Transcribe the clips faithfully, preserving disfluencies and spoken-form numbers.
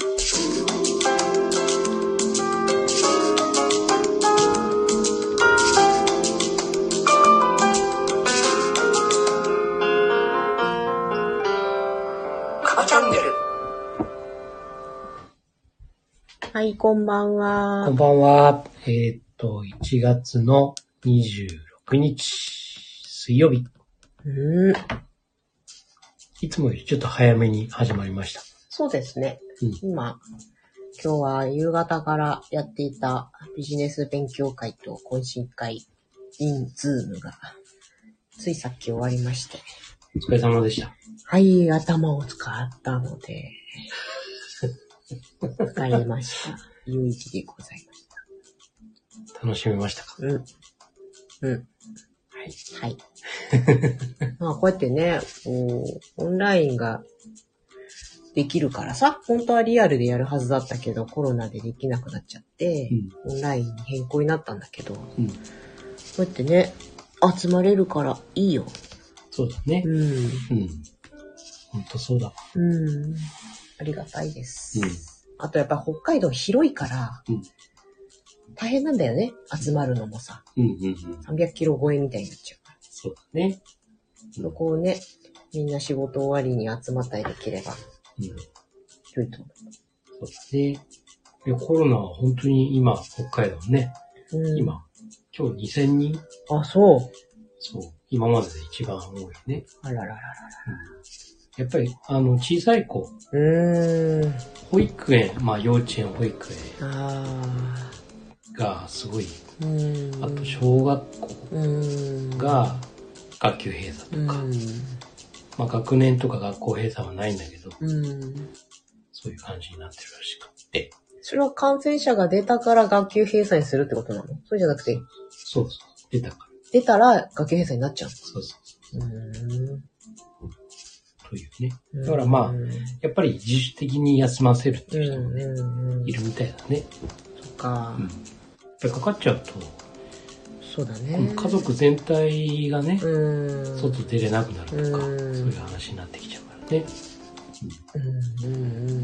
はい、こんばんは。 こんばんは。えー、っと、いちがつのにじゅうろくにち、水曜日。 うん。 いつもよりちょっと早めに始まりました。 そうですね。うん、今、今日は夕方からやっていたビジネス勉強会と懇親会 in Zoom が、ついさっき終わりまして。 お疲れ様でした。 はい、頭を使ったので、疲れました。有意義でございました。 楽しめましたか？ うん。うん。 はい。 はい。まあ、こうやってね、オンラインができるからさ、本当はリアルでやるはずだったけど、コロナでできなくなっちゃって、うん、オンラインに変更になったんだけど、うん、こうやってね、集まれるからいいよ。 そうだね。うん。うん。本当そうだわ。 うん。ありがたいです。うん、あとやっぱ北海道広いから、うん、大変なんだよね。集まるのもさ。うんうんうん、さんびゃくキロ超えみたいになっちゃうから。 そうだね。 そこをね、みんな仕事終わりに集まったりできれば、うん、良いと思う。そうだね。いや、コロナは本当に今、北海道ね、うん、今、今日にせんにん。 あ、そう。 そう。今までで一番多いね。 あららららら。 うんやっぱり、あの、小さい子、 うーん保育園、まあ幼稚園、保育園がすごい、あと小学校が学級閉鎖とか、まあ学年とか学校閉鎖はないんだけど、そういう感じになってるらしくて。 それは感染者が出たから学級閉鎖にするってことなの？そうじゃなくて。 そうそう、出たから。 出たら学級閉鎖になっちゃうの？ そうそうそう。 うーんというね。だからまあ、やっぱり自主的に休ませるっていう人もね、いるみたいだね。 そっか、うん。やっぱりかかっちゃうと、 そうだね。 家族全体がね、外出れなくなるとか、そういう話になってきちゃうからね。 うんうんうん、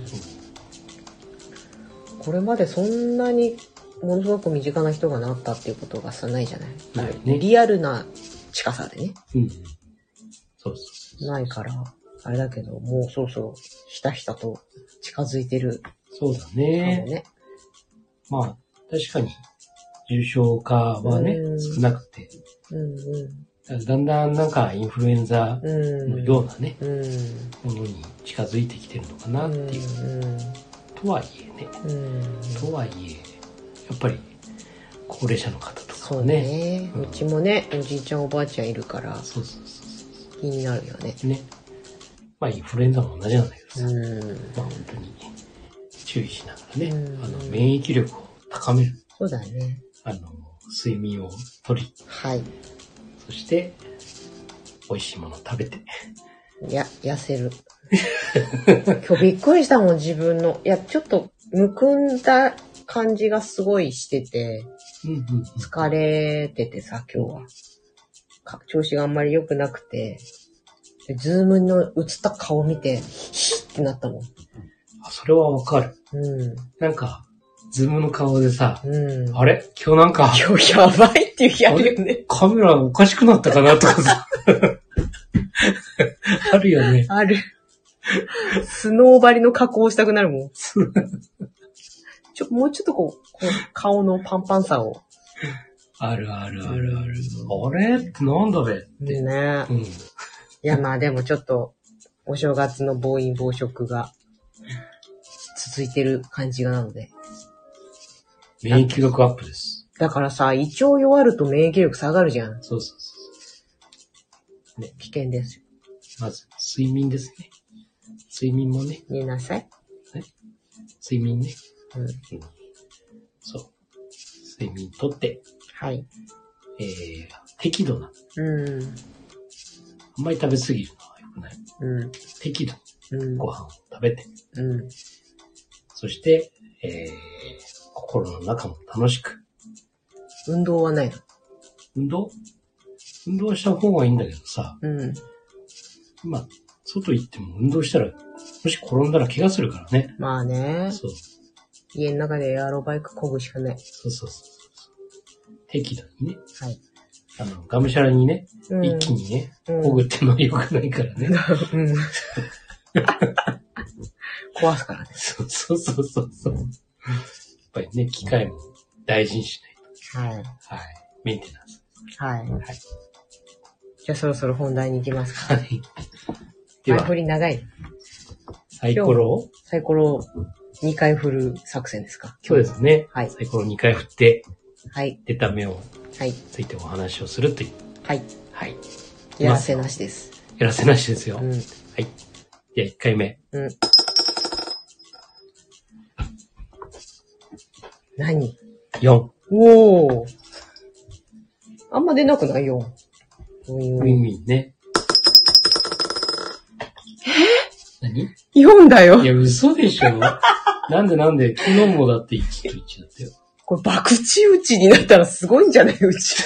これまでそんなにものすごく身近な人がなったっていうことがさないじゃない。 ないね。 リアルな近さでね。 うんそうそうないから、あれだけど、もうそろそろひたひたと近づいてる。 そうだね。ねまあ、確かに、重症化はね、少なくて。うんうん、だんだんなんかインフルエンザのようなね、うん、ものに近づいてきてるのかなっていう。うんうん、とはいえね、うん、とはいえ、やっぱり高齢者の方とかね。 そうね、うん。うちもね、おじいちゃんおばあちゃんいるから。 そうそうそう。 気になるよね。 ね。まあインフルエンザも同じなんだけどさ。うん、まあ本当に注意しながらね、あの免疫力を高める。 そうだね。 あの睡眠をとり。 はい。 そして美味しいものを食べて。 いや、痩せる。今日びっくりしたもん自分の。いや、ちょっとむくんだ感じがすごいしてて、うんうんうん、疲れててさ今日は。調子があんまり良くなくて、ズームの映った顔見て、ヒッってなったもん。 あ、それはわかる。うん。なんか、ズームの顔でさ、うん、あれ今日なんか、 今日やばいっていう日あるよね。 カメラおかしくなったかなとかさ。あるよね。 ある。スノーバリの加工したくなるもん。ちょ、もうちょっとこう、こう顔のパンパンさを。 あるあるあるある。あれってなんだべって。 ねえ。うん、いやまあでもちょっとお正月の暴飲暴食が続いてる感じがなので。 免疫力アップです。 だからさ、胃腸弱ると免疫力下がるじゃん。 そうそうそう。 ね、危険ですよ。 まず睡眠ですね。睡眠もね。 寝なさい。 ね、睡眠ね。うん。うん、そう。睡眠とって。 はい。 えー、適度な。うん。あんまり食べ過ぎるのは良くない。うん。適度にご飯を食べて。うん。そして、えー、心の中も楽しく。 運動はないの？ 運動運動した方がいいんだけどさ。うん。今、 外行っても運動したら、もし転んだら怪我するからね。 まあね。 そう。 家の中でエアロバイク漕ぐしかない。 そうそうそう。適度にね。 はい。 あの、がむしゃらにね、うん、一気にね、漕ぐってのは良くないからね。うん。 壊すからね。 そうそうそうそうそう。やっぱりね、機械も大事にしないと。はい。はい。メンテナンス。 はい。はい。じゃあそろそろ本題に行きますか。はい。では。前振り長い。 サイコロサイコロにかい振る作戦ですか。 そうですね。はい。サイコロにかい振って、 はい。 出た目をついてお話をするという。 はい。 はい。 やらせなしです。 やらせなしですよ。うん、はい。じゃあいっかいめ。うん。 何 ? よん。 おー。あんま出なくないよ。 ウィンウィン。ウィンウィンね。 え何 ? よん だよ。 いや、嘘でしょ。なんでなんで、昨日もだっていちといちだったよ。 これ、博打打ちになったらすごいんじゃないうち。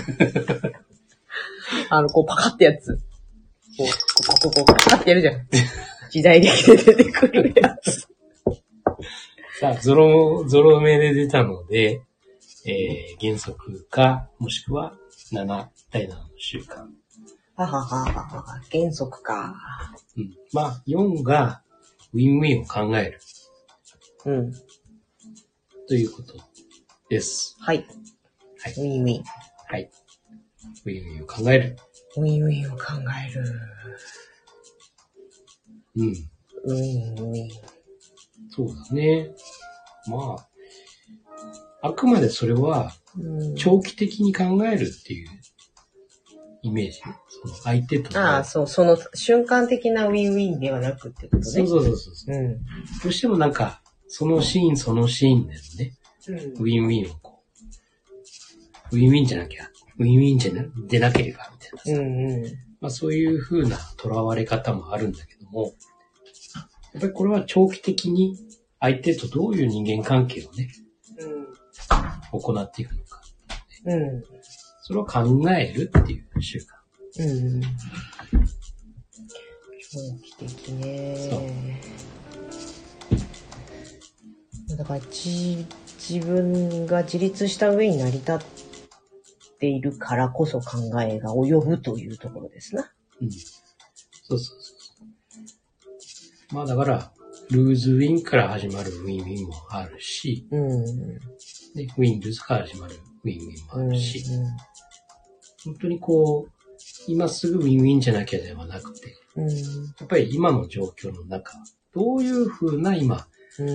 あの、こう、パカってやつ。こう、ここ、ここ、パカってやるじゃん。時代劇で出てくるやつ。 さあ、ゾロ、ゾロ目で出たので、えー、原則か、もしくはなな、だいななの習慣。 はははは、原則か。 うん。まあ、よんがウィンウィンを考える。 うん。 ということです。 はい。はい。ウィンウィン。 はい。ウィンウィンを考える。 ウィンウィンを考える。 うん。 ウィンウィン。 そうだね。まあ、あくまでそれは、長期的に考えるっていうイメージ。その相手と。 ああ、そう、その瞬間的なウィンウィンではなくってことね。 そうそうそうそう。うん。どうしてもなんか、そのシーンそのシーンでのね、うん、ウィンウィンをこう、ウィンウィンじゃなきゃ、ウィンウィンじゃな、でなければみたいなさ。うんうん。まあそういう風な囚われ方もあるんだけども、やっぱりこれは長期的に相手とどういう人間関係をね、うん、行っていくのか、ね。うん。それを考えるっていう習慣。うん。長期的ね。そう。だからじ、自分が自立した上に成り立っているからこそ考えが及ぶというところですな。 うん。そうそうそう。まあだから、ルーズウィンから始まるウィンウィンもあるし、うん、でウィンルーズから始まるウィンウィンもあるし、うんうん、本当にこう、今すぐウィンウィンじゃなきゃではなくて、うん、やっぱり今の状況の中、どういうふうな今、うん、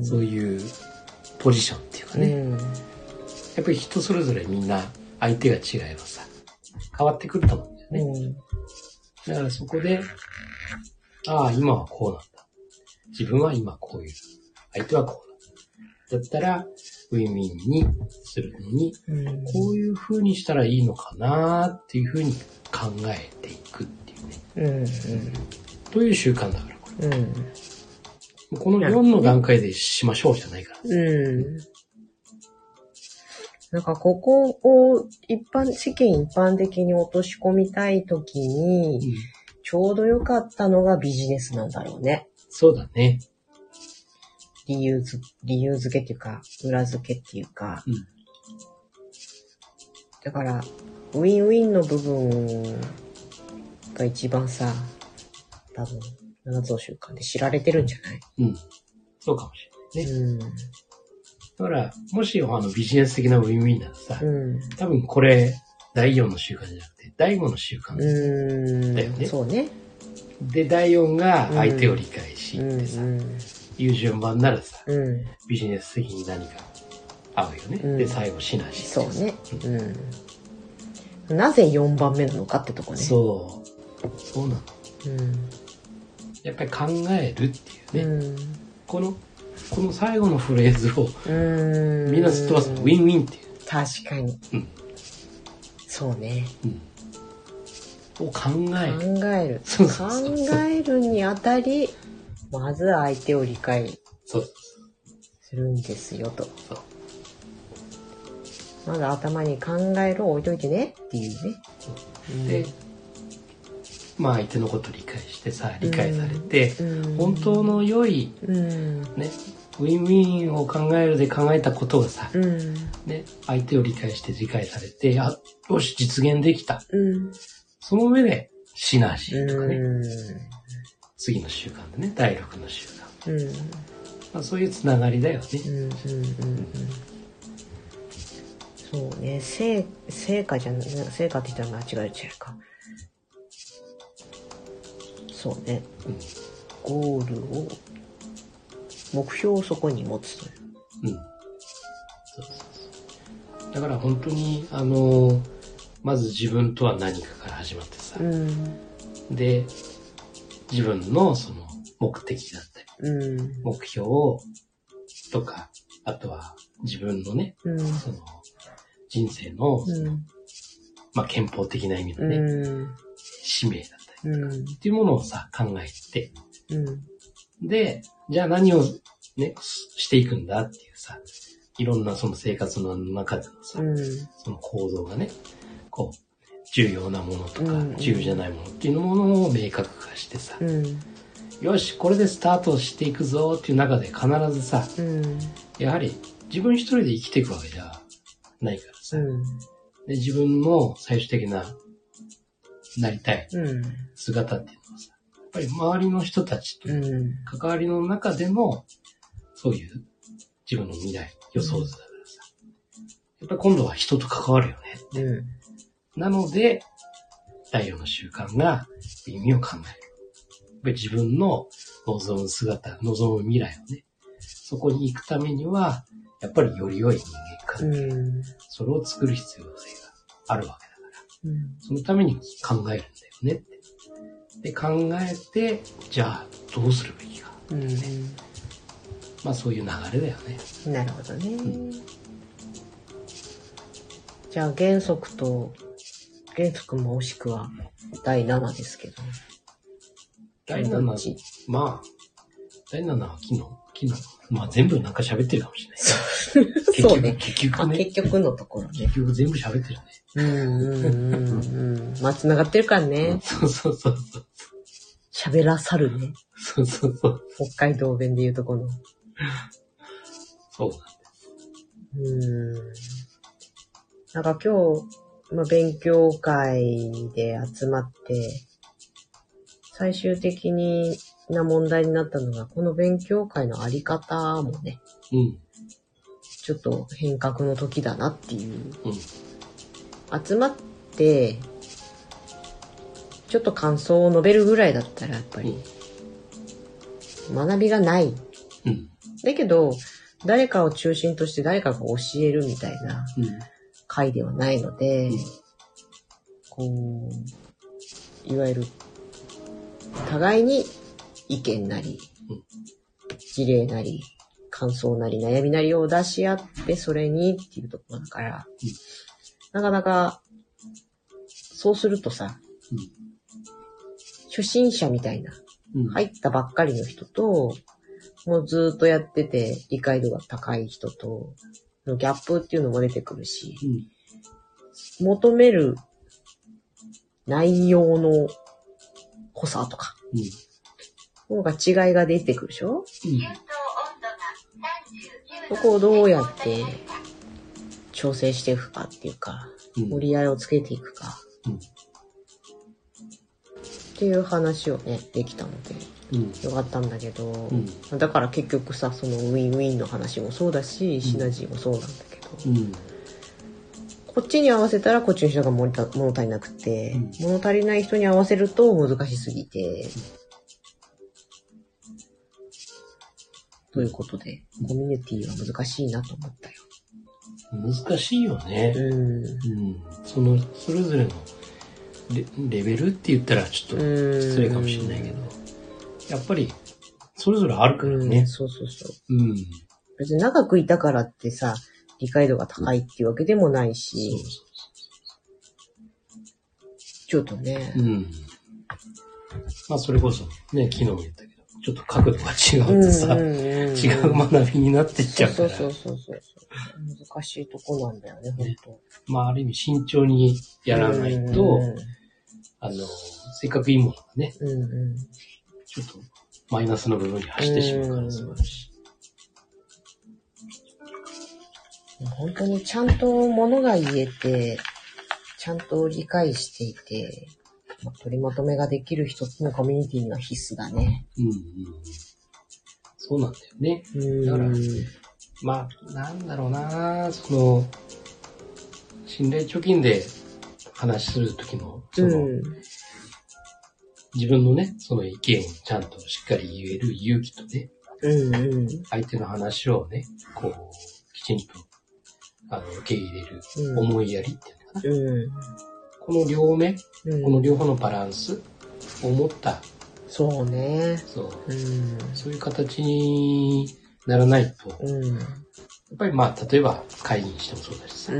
そういうポジションっていうかね、うん、やっぱり人それぞれみんな相手が違えばさ、変わってくると思うんだよね。うん、だからそこで、ああ、今はこうなんだ。自分は今こういう。相手はこうだ。だったら、ウィンウィンにするのに、うん、こういう風にしたらいいのかなっていう風に考えていくっていうね。うんうん、という習慣だから、これ。うん、このよんの段階でしましょうじゃないから。うん、 なんかここを一般、世間一般的に落とし込みたいときに、うん、ちょうど良かったのがビジネスなんだろうね。 そうだね。 理由づ、理由付けっていうか、裏付けっていうか。うん、だから、ウィンウィンの部分が一番さ、多分、七つの習慣で知られてるんじゃない？ うん。そうかもしれないね。うん、だから、もしあのビジネス的なウィンウィンならさ、うん、多分これ、だいよんの習慣じゃなくて、だいごの習慣だよね。 そうね。 で、だいよんが相手を理解しってさ、うんうん、いう順番ならさ、うん、ビジネス的に何か合うよね。うん、で、最後、シナジー。 そうね、うん。なぜよんばんめなのかってとこね。 そう。そうなの。うん、やっぱり考えるっていうね。うん、この、この最後のフレーズを、うん、みんな知ってます。ウィンウィンっていう。 確かに。うん、そうね。うんを考える。考える。そうそうそうそう考えるにあたり、まず相手を理解するんですよと。そうまず頭に考えるを置いといてねっていうね。 うん、で、 まあ相手のことを理解してさ、理解されて、うん、本当の良い、うん、ね、ウィンウィンを考えるで考えたことがさ、うん、ね、相手を理解して理解されて、あ、よし、実現できた。うん、その上で、シナジーとかね、うん、次の習慣でね、第六の習慣。うん、まあ、そういうつながりだよね。うんうんうんうん、 そうね、成、成果じゃない、成果って言ったら間違えちゃうか。そうね、うん、ゴールを、目標をそこに持つという。うん。そうそうそう。だから本当に、あの、まず自分とは何かから始まってさ、うん、で、自分のその目的だったり、うん、目標とか、あとは自分のね、うん、その人生の、その、うん、まあ憲法的な意味のね、うん、使命だったりとか、うん、っていうものをさ、考えて、うん、で、じゃあ何をね、していくんだっていうさ、いろんなその生活の中でのさ、うん、その行動がね、こう、重要なものとか、うん、重要じゃないものっていうものを明確化してさ、うん、よし、これでスタートしていくぞっていう中で必ずさ、うん、やはり自分一人で生きていくわけじゃないからさ、うん、で自分の最終的ななりたい姿っていうのはさ、やっぱり周りの人たちと関わりの中での、そういう自分の未来、予想図だからさ、やっぱり今度は人と関わるよねって。うん、なので、第四の習慣が意味を考える。やっぱり自分の望む姿、望む未来をね、そこに行くためには、やっぱりより良い人間関係、うん、それを作る必要性があるわけだから、うん、そのために考えるんだよねって。で、考えて、じゃあどうするべきか、ね、うん、まあそういう流れだよね。 なるほどね。うん、じゃあ原則と、原則も惜しくはだいななですけど。 だいなな、まあ、だいななは昨日、昨日、まあ全部なんか喋ってるかもしれない。 そうね。 結局ね。 結局のところね。 結局全部喋ってるね。うんうんうんうん。まあ繋がってるからね。 そうそうそうそう。 喋らさるね。 そうそうそう。 北海道弁で言うとこの。 そうなんです。 うん。なんか今日、まあ、勉強会で集まって、最終的にな問題になったのが、この勉強会のあり方もね、うん、ちょっと変革の時だなっていう。うん、集まって、ちょっと感想を述べるぐらいだったら、やっぱり、学びがない。うん、だけど、誰かを中心として誰かが教えるみたいな会ではないので、うん、こう、いわゆる、互いに意見なり、事例なり、感想なり、悩みなりを出し合って、それにっていうところだから、うん、なかなか、そうするとさ、うん、初心者みたいな、うん、入ったばっかりの人と、もうずっとやってて理解度が高い人とのギャップっていうのも出てくるし、うん、求める内容の濃さとか、うん、方が違いが出てくるでしょ、うん、そこをどうやって調整していくかっていうか、うん、折り合いをつけていくか、うん、っていう話をね、できたので、うん、よかったんだけど、うん、だから結局さ、そのウィンウィンの話もそうだし、シナジーもそうなんだけど、うん、こっちに合わせたらこっちの人が物足りなくて、うん、物足りない人に合わせると難しすぎて、うん、ということで、コミュニティは難しいなと思ったよ。 難しいよね。うんうん、そのそれぞれの レ, レベルって言ったらちょっと失礼かもしれないけど、やっぱりそれぞれあるからね。 うん、そうそうそう、うん。別に長くいたからってさ、理解度が高いっていうわけでもないし、そうそうそう、ちょっとね、うん。 まあそれこそね、昨日も言ったけど、ちょっと角度が違うとさ、うんうんうんうん、違う学びになってっちゃうから。 そうそうそうそうそう。難しいとこなんだよね、本当。 まあある意味慎重にやらないと、 あの、せっかくいいものがね、 うんうん、 ちょっとマイナスの部分に走ってしまう可能性もあるし。 本当にちゃんと物が言えて、ちゃんと理解していて、まあ、取りまとめができる一つのコミュニティには必須だね。 うんうん、そうなんだよね。だから、まあ、なんだろうな、その、信頼貯金で話するときの、その、うん、自分のね、その意見をちゃんとしっかり言える勇気とね、うんうん、相手の話をね、こう、きちんと、あの、受け入れる思いやりっていうのかな。うん、この両面、うん、この両方のバランスを持った、 そうね。 そう、うん、そういう形にならないと、うん、やっぱりまあ、例えば会議にしてもそうだしさ、うん、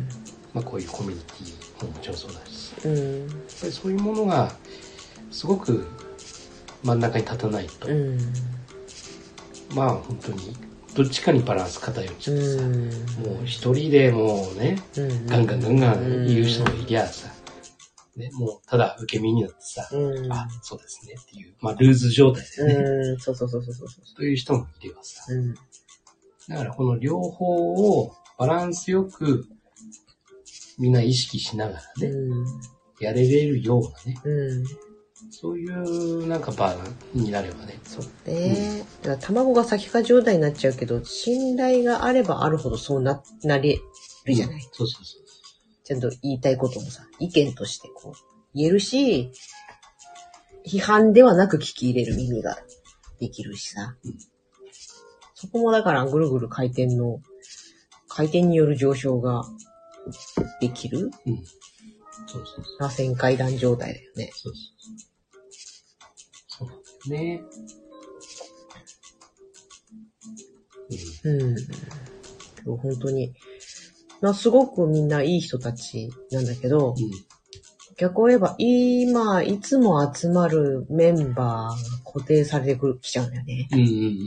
まあこういうコミュニティももちろんそうだし、うん、やっぱりそういうものがすごく真ん中に立たないと、うん、まあ本当にどっちかにバランス偏っちゃってさ、うん、もう一人でもうね、うん、ガンガンガンガン言う人もいりゃさ、ね、もうただ受け身になってさ、うん、あ、そうですねっていう、まあルーズ状態でね、 うん、そうそうそうそうそうという人もいればさ、うん、だからこの両方をバランスよくみんな意識しながらね、うん、やれれるようなね、うん、そういうなんか場になればね。 そうね、うん。だから卵が先か状態になっちゃうけど、信頼があればあるほどそうな、なれるじゃない、うん、 そうそうそう。 ちゃんと言いたいこともさ、意見としてこう言えるし、批判ではなく聞き入れる耳ができるしさ。うん、そこもだからぐるぐる回転の、回転による上昇ができる、うん、そうそうそう。螺旋階段状態だよね。そうそうそう。そうなんだよね。 うん。うん。本当に。まあ、すごくみんないい人たちなんだけど、うん、逆を言えば、今、いつも集まるメンバーが固定されてくる、きちゃうんだよね。うんうんうん、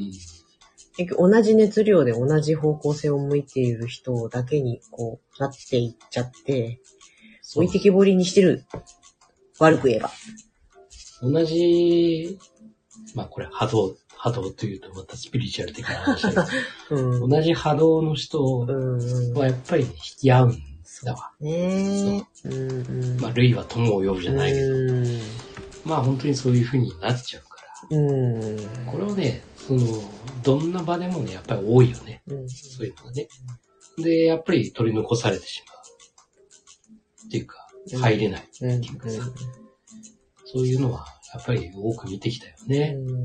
結局同じ熱量で同じ方向性を向いている人だけにこうなっていっちゃって、置いてきぼりにしてる。悪く言えば。 同じ、まあこれ波動、波動というとまたスピリチュアル的な話だけど、うん、同じ波動の人はやっぱり、ね、引き合うんだわ。ねえ。うんうん、まあ類は友を呼ぶじゃないけど、うん、まあ本当にそういう風になっちゃうから、うん、これをね、その、どんな場でもね、やっぱり多いよね。うん、そういうのがね。で、やっぱり取り残されてしまう。っていうか、入れないっていうかさ、うんうん、そういうのはやっぱり多く見てきたよね。うん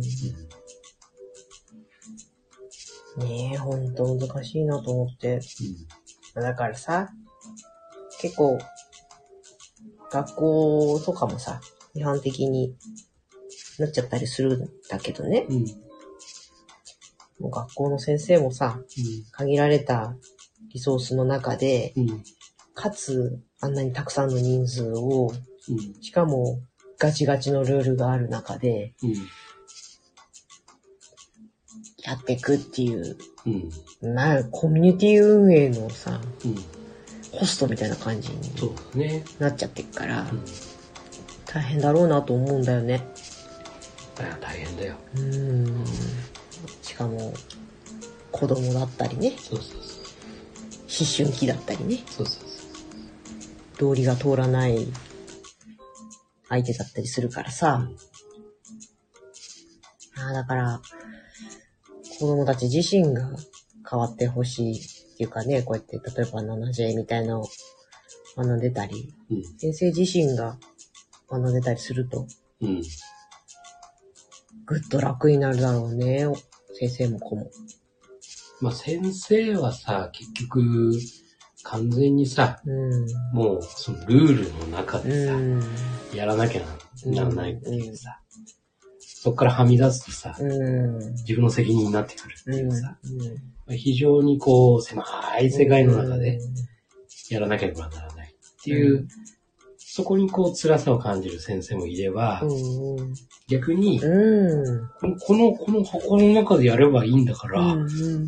うん、ねえ、ほんと難しいなと思って。うん、だからさ、結構、学校とかもさ、批判的になっちゃったりするんだけどね。うん、もう学校の先生もさ、うん、限られたリソースの中で、うん、かつあんなにたくさんの人数を、うん、しかもガチガチのルールがある中で、うん、やっていくっていう、うん、なコミュニティ運営のさ、うん、ホストみたいな感じになっちゃってるから、うん、大変だろうなと思うんだよね。 大変だよ。 うん。しかも子供だったりね。そうそうそう。思春期だったりね。そうそうそう。道理が通らない相手だったりするからさ。うん、あだから子供たち自身が変わってほしいっていうかね、こうやって例えば ななジェー みたいなのを学んでたり、うん、先生自身が学んでたりすると、うん、ぐっと楽になるだろうね、先生も子も。 まあ先生はさ、結局完全にさ、うん、もうそのルールの中でさ、うん、やらなきゃならないっていうさ、うん、そこからはみ出すとさ、うん、自分の責任になってくるっていうさ、うん、非常にこう狭い世界の中でやらなければならないっていう、うん、そこにこう辛さを感じる先生もいれば、うん、逆に、うん、この、この箱の中でやればいいんだから、うんうん、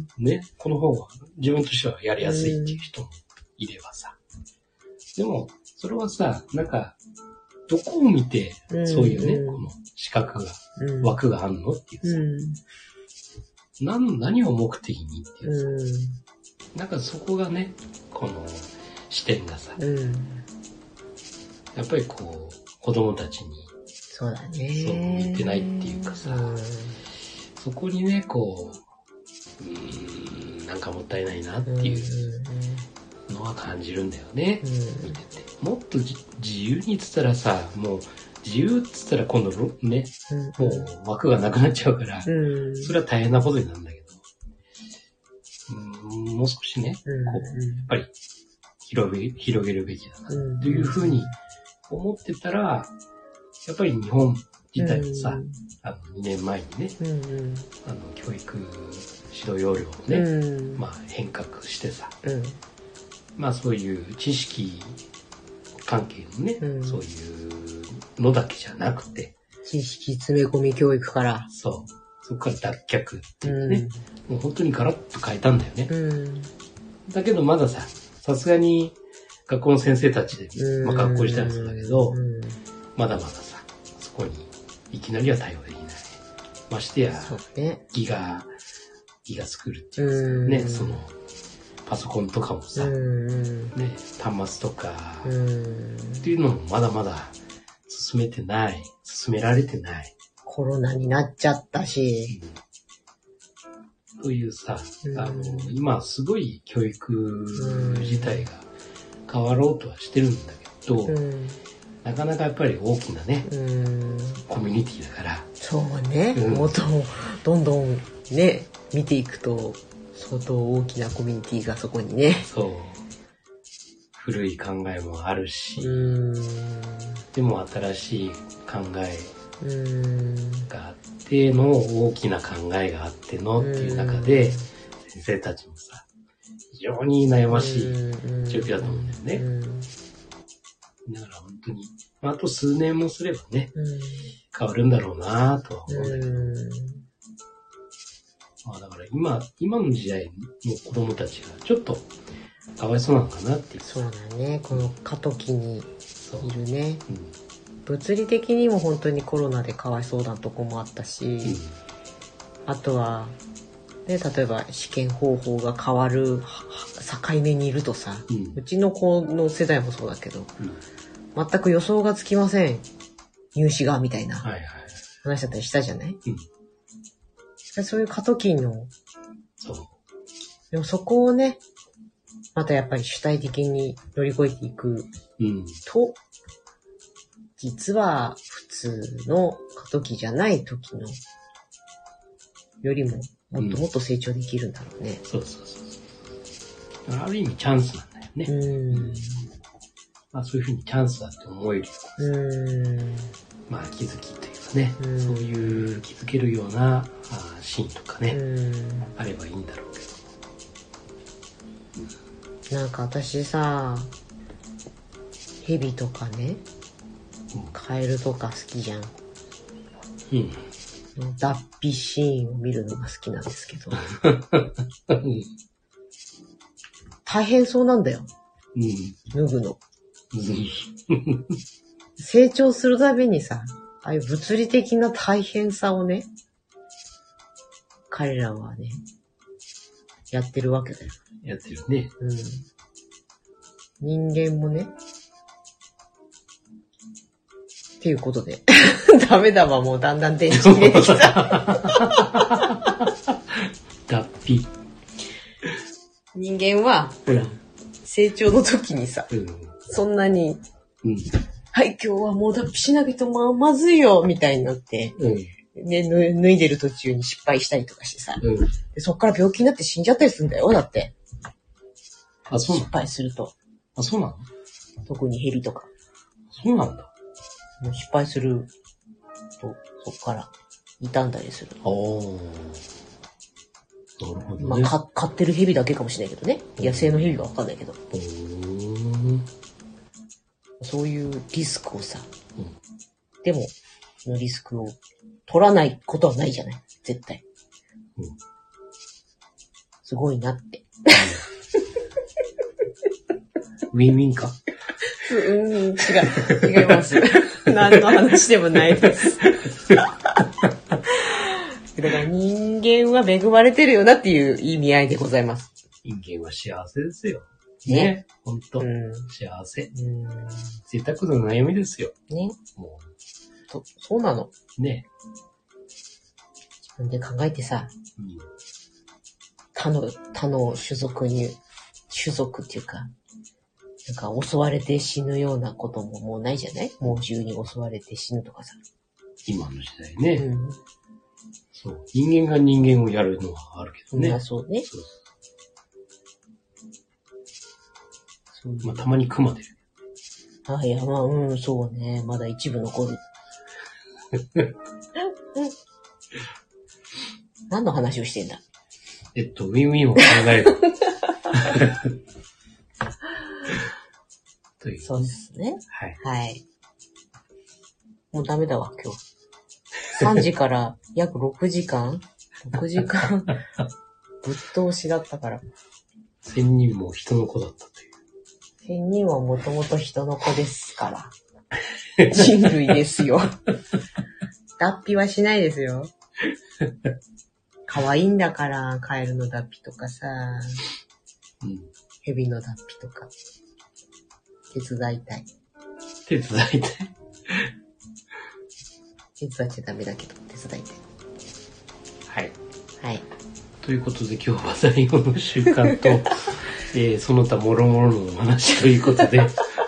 ね、この方が自分としてはやりやすいっていう人もいればさ。でも、それはさ、なんか、 どこを見て、そういうね、うん、この四角が、うん、枠があるのっていうさ、うん、何、何を目的にっていうさ、うん、なんかそこがね、この視点がさ、うん、やっぱりこう、子供たちに、 そうだね。 そう向いてないっていうかさ、うん、そこにね、こう、うーん、なんかもったいないなっていうのは感じるんだよね、うん、見てて。もっと自由にっつったらさ、もう自由っつったら今度ね、うん、もう枠がなくなっちゃうから、うん、それは大変なことになるんだけど、うん、もう少しね、うん、こうやっぱり広げ、広げるべきだなというふうに思ってたら、やっぱり日本自体もさ、うん、あのにねんまえにね、うん、あの教育指導要領をね、うん、まあ変革してさ、うん、まあそういう知識関係のね、うん、そういうのだけじゃなくて、 知識詰め込み教育から、 そう、そこから脱却っていうね、うん、もう本当にガラッと変えたんだよね。うん、だけどまださ、さすがに学校の先生たちで、まあ学校自体もそうだけど、うん、まだまださ、そこにいきなりは対応できない。ましてや、ね、ギガ、ギガスクールっていうかさ、ね、その、パソコンとかもさ、ね、端末とか、っていうのもまだまだ進めてない、進められてない。 コロナになっちゃったし。 うん、というさ、あの、今すごい教育自体が変わろうとはしてるんだけど、なかなかやっぱり大きなね、コミュニティだから。 そうね、うん、もっとどんどんね、見ていくと、相当大きなコミュニティがそこにね。 そう。古い考えもあるし、うんでも新しい考えがあっての大きな考えがあってのっていう中で、先生たちもさ、非常に悩ましい状況だと思うんだよね。だから本当に、まあ、あと数年もすればね、変わるんだろうなとは思うんだけど。まあだから今、今の時代の子供たちがちょっとかわいそうなのかなっていう。 そうだね。この過渡期にいるね、うん。物理的にも本当にコロナでかわいそうなとこもあったし、うん、あとは、ね、例えば試験方法が変わる境目にいるとさ、うん、うちの子の世代もそうだけど、うん、全く予想がつきません。入試がみたいな話だったりしたじゃない、うんそういう過渡期の、そう。でもそこをね、またやっぱり主体的に乗り越えていくと、うん、実は普通の過渡期じゃない時のよりももっともっと成長できるんだろうね。 うん、そうそうそうそう。ある意味チャンスなんだよね。うん、まあそういうふうにチャンスだって思えるような、うん、まあ気づきというかね、うん、そういう気づけるようなあシーンとかね、うん、あればいいんだろうけど、うん、なんか私さ、ヘビとかね、うん、カエルとか好きじゃん。うん。脱皮シーンを見るのが好きなんですけど、うん、大変そうなんだよ。うん、脱ぐの。成長するたびにさ、ああいう物理的な大変さをね、彼らはね、やってるわけだよ。 やってるね。うん。 人間もね、っていうことで。ダメだわ、もうだんだん電池切れてきた。 脱皮。 人間は、ほら、うん、成長の時にさ、うん、そんなに、うん、はい、今日はもう脱皮しなきゃとままずいよ、みたいになって、うんね、脱いでる途中に失敗したりとかしてさ、うん、でそっから病気になって死んじゃったりするんだよ、だって。 あ、そうなの？ 失敗すると。 あ、そうなの？ 特にヘビとか。 そうなんだ。 失敗すると、そっから傷んだりする。ああ。なるほどね。まあ、か飼ってるヘビだけかもしれないけどね。野生のヘビはわかんないけど。うん、そういうリスクをさ、うん、でも、そのリスクを取らないことはないじゃない。絶対。うん、すごいなって。 ウィンウィンかうん、違う。違います。何の話でもないです。だから人間は恵まれてるよなっていう意味合いでございます。 人間は幸せですよ。 ね。 ねほんと、 うん。 幸せ。うん。贅沢の悩みですよ。 ね。もう。と、そうなの。 ね。 自分で考えてさ、うん、他の、他の種族に、種族っていうか、なんか襲われて死ぬようなことももうないじゃない？猛獣に襲われて死ぬとかさ。 今の時代ね。うん、そう。人間が人間をやるのはあるけどね。 まあそうね。そうそう。まあたまに熊出る。 あ、いや、まあ、うん、そうね。まだ一部残る。何の話をしてんだ？ えっと、ウィンウィンを考える。という、 そうですね。 はい。 はい。もうダメだわ、今日。さんじから約ろくじかん ?ろく 時間ぶっ通しだったから。 仙人も人の子だったという。 仙人はもともと人の子ですから。人類ですよ。脱皮はしないですよ。可愛いんだから、カエルの脱皮とかさ、うん、蛇の脱皮とか。手伝いたい。 手伝いたい。 手伝っちゃダメだけど、手伝いたい。 はい。 はい。 ということで今日は最後の習慣と、えー、その他諸々のお話ということで。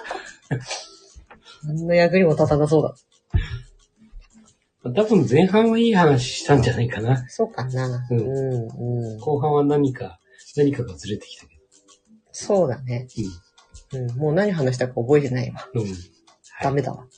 何の役にも立たなそうだ。 多分前半はいい話したんじゃないかな。 そうかな。うん。うんうん、 後半は何か、何かがずれてきたけど。 そうだね。うん。うん、もう何話したか覚えてないわ。うん。はい、ダメだわ。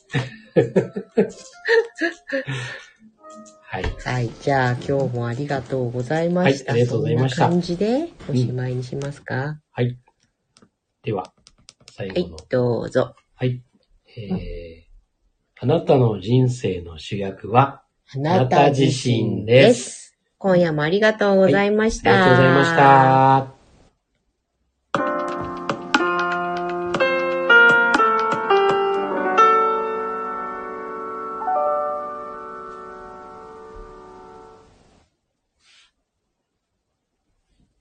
はい。はい。じゃあ今日もありがとうございました。 はい、ありがとうございました。 こんな感じでおしまいにしますか、うん、 はい。では、最後の。 はい、どうぞ。 はい。えー、うん、あなたの人生の主役は、 あなた自身です。今夜もありがとうございました。 はい、ありがとうございました。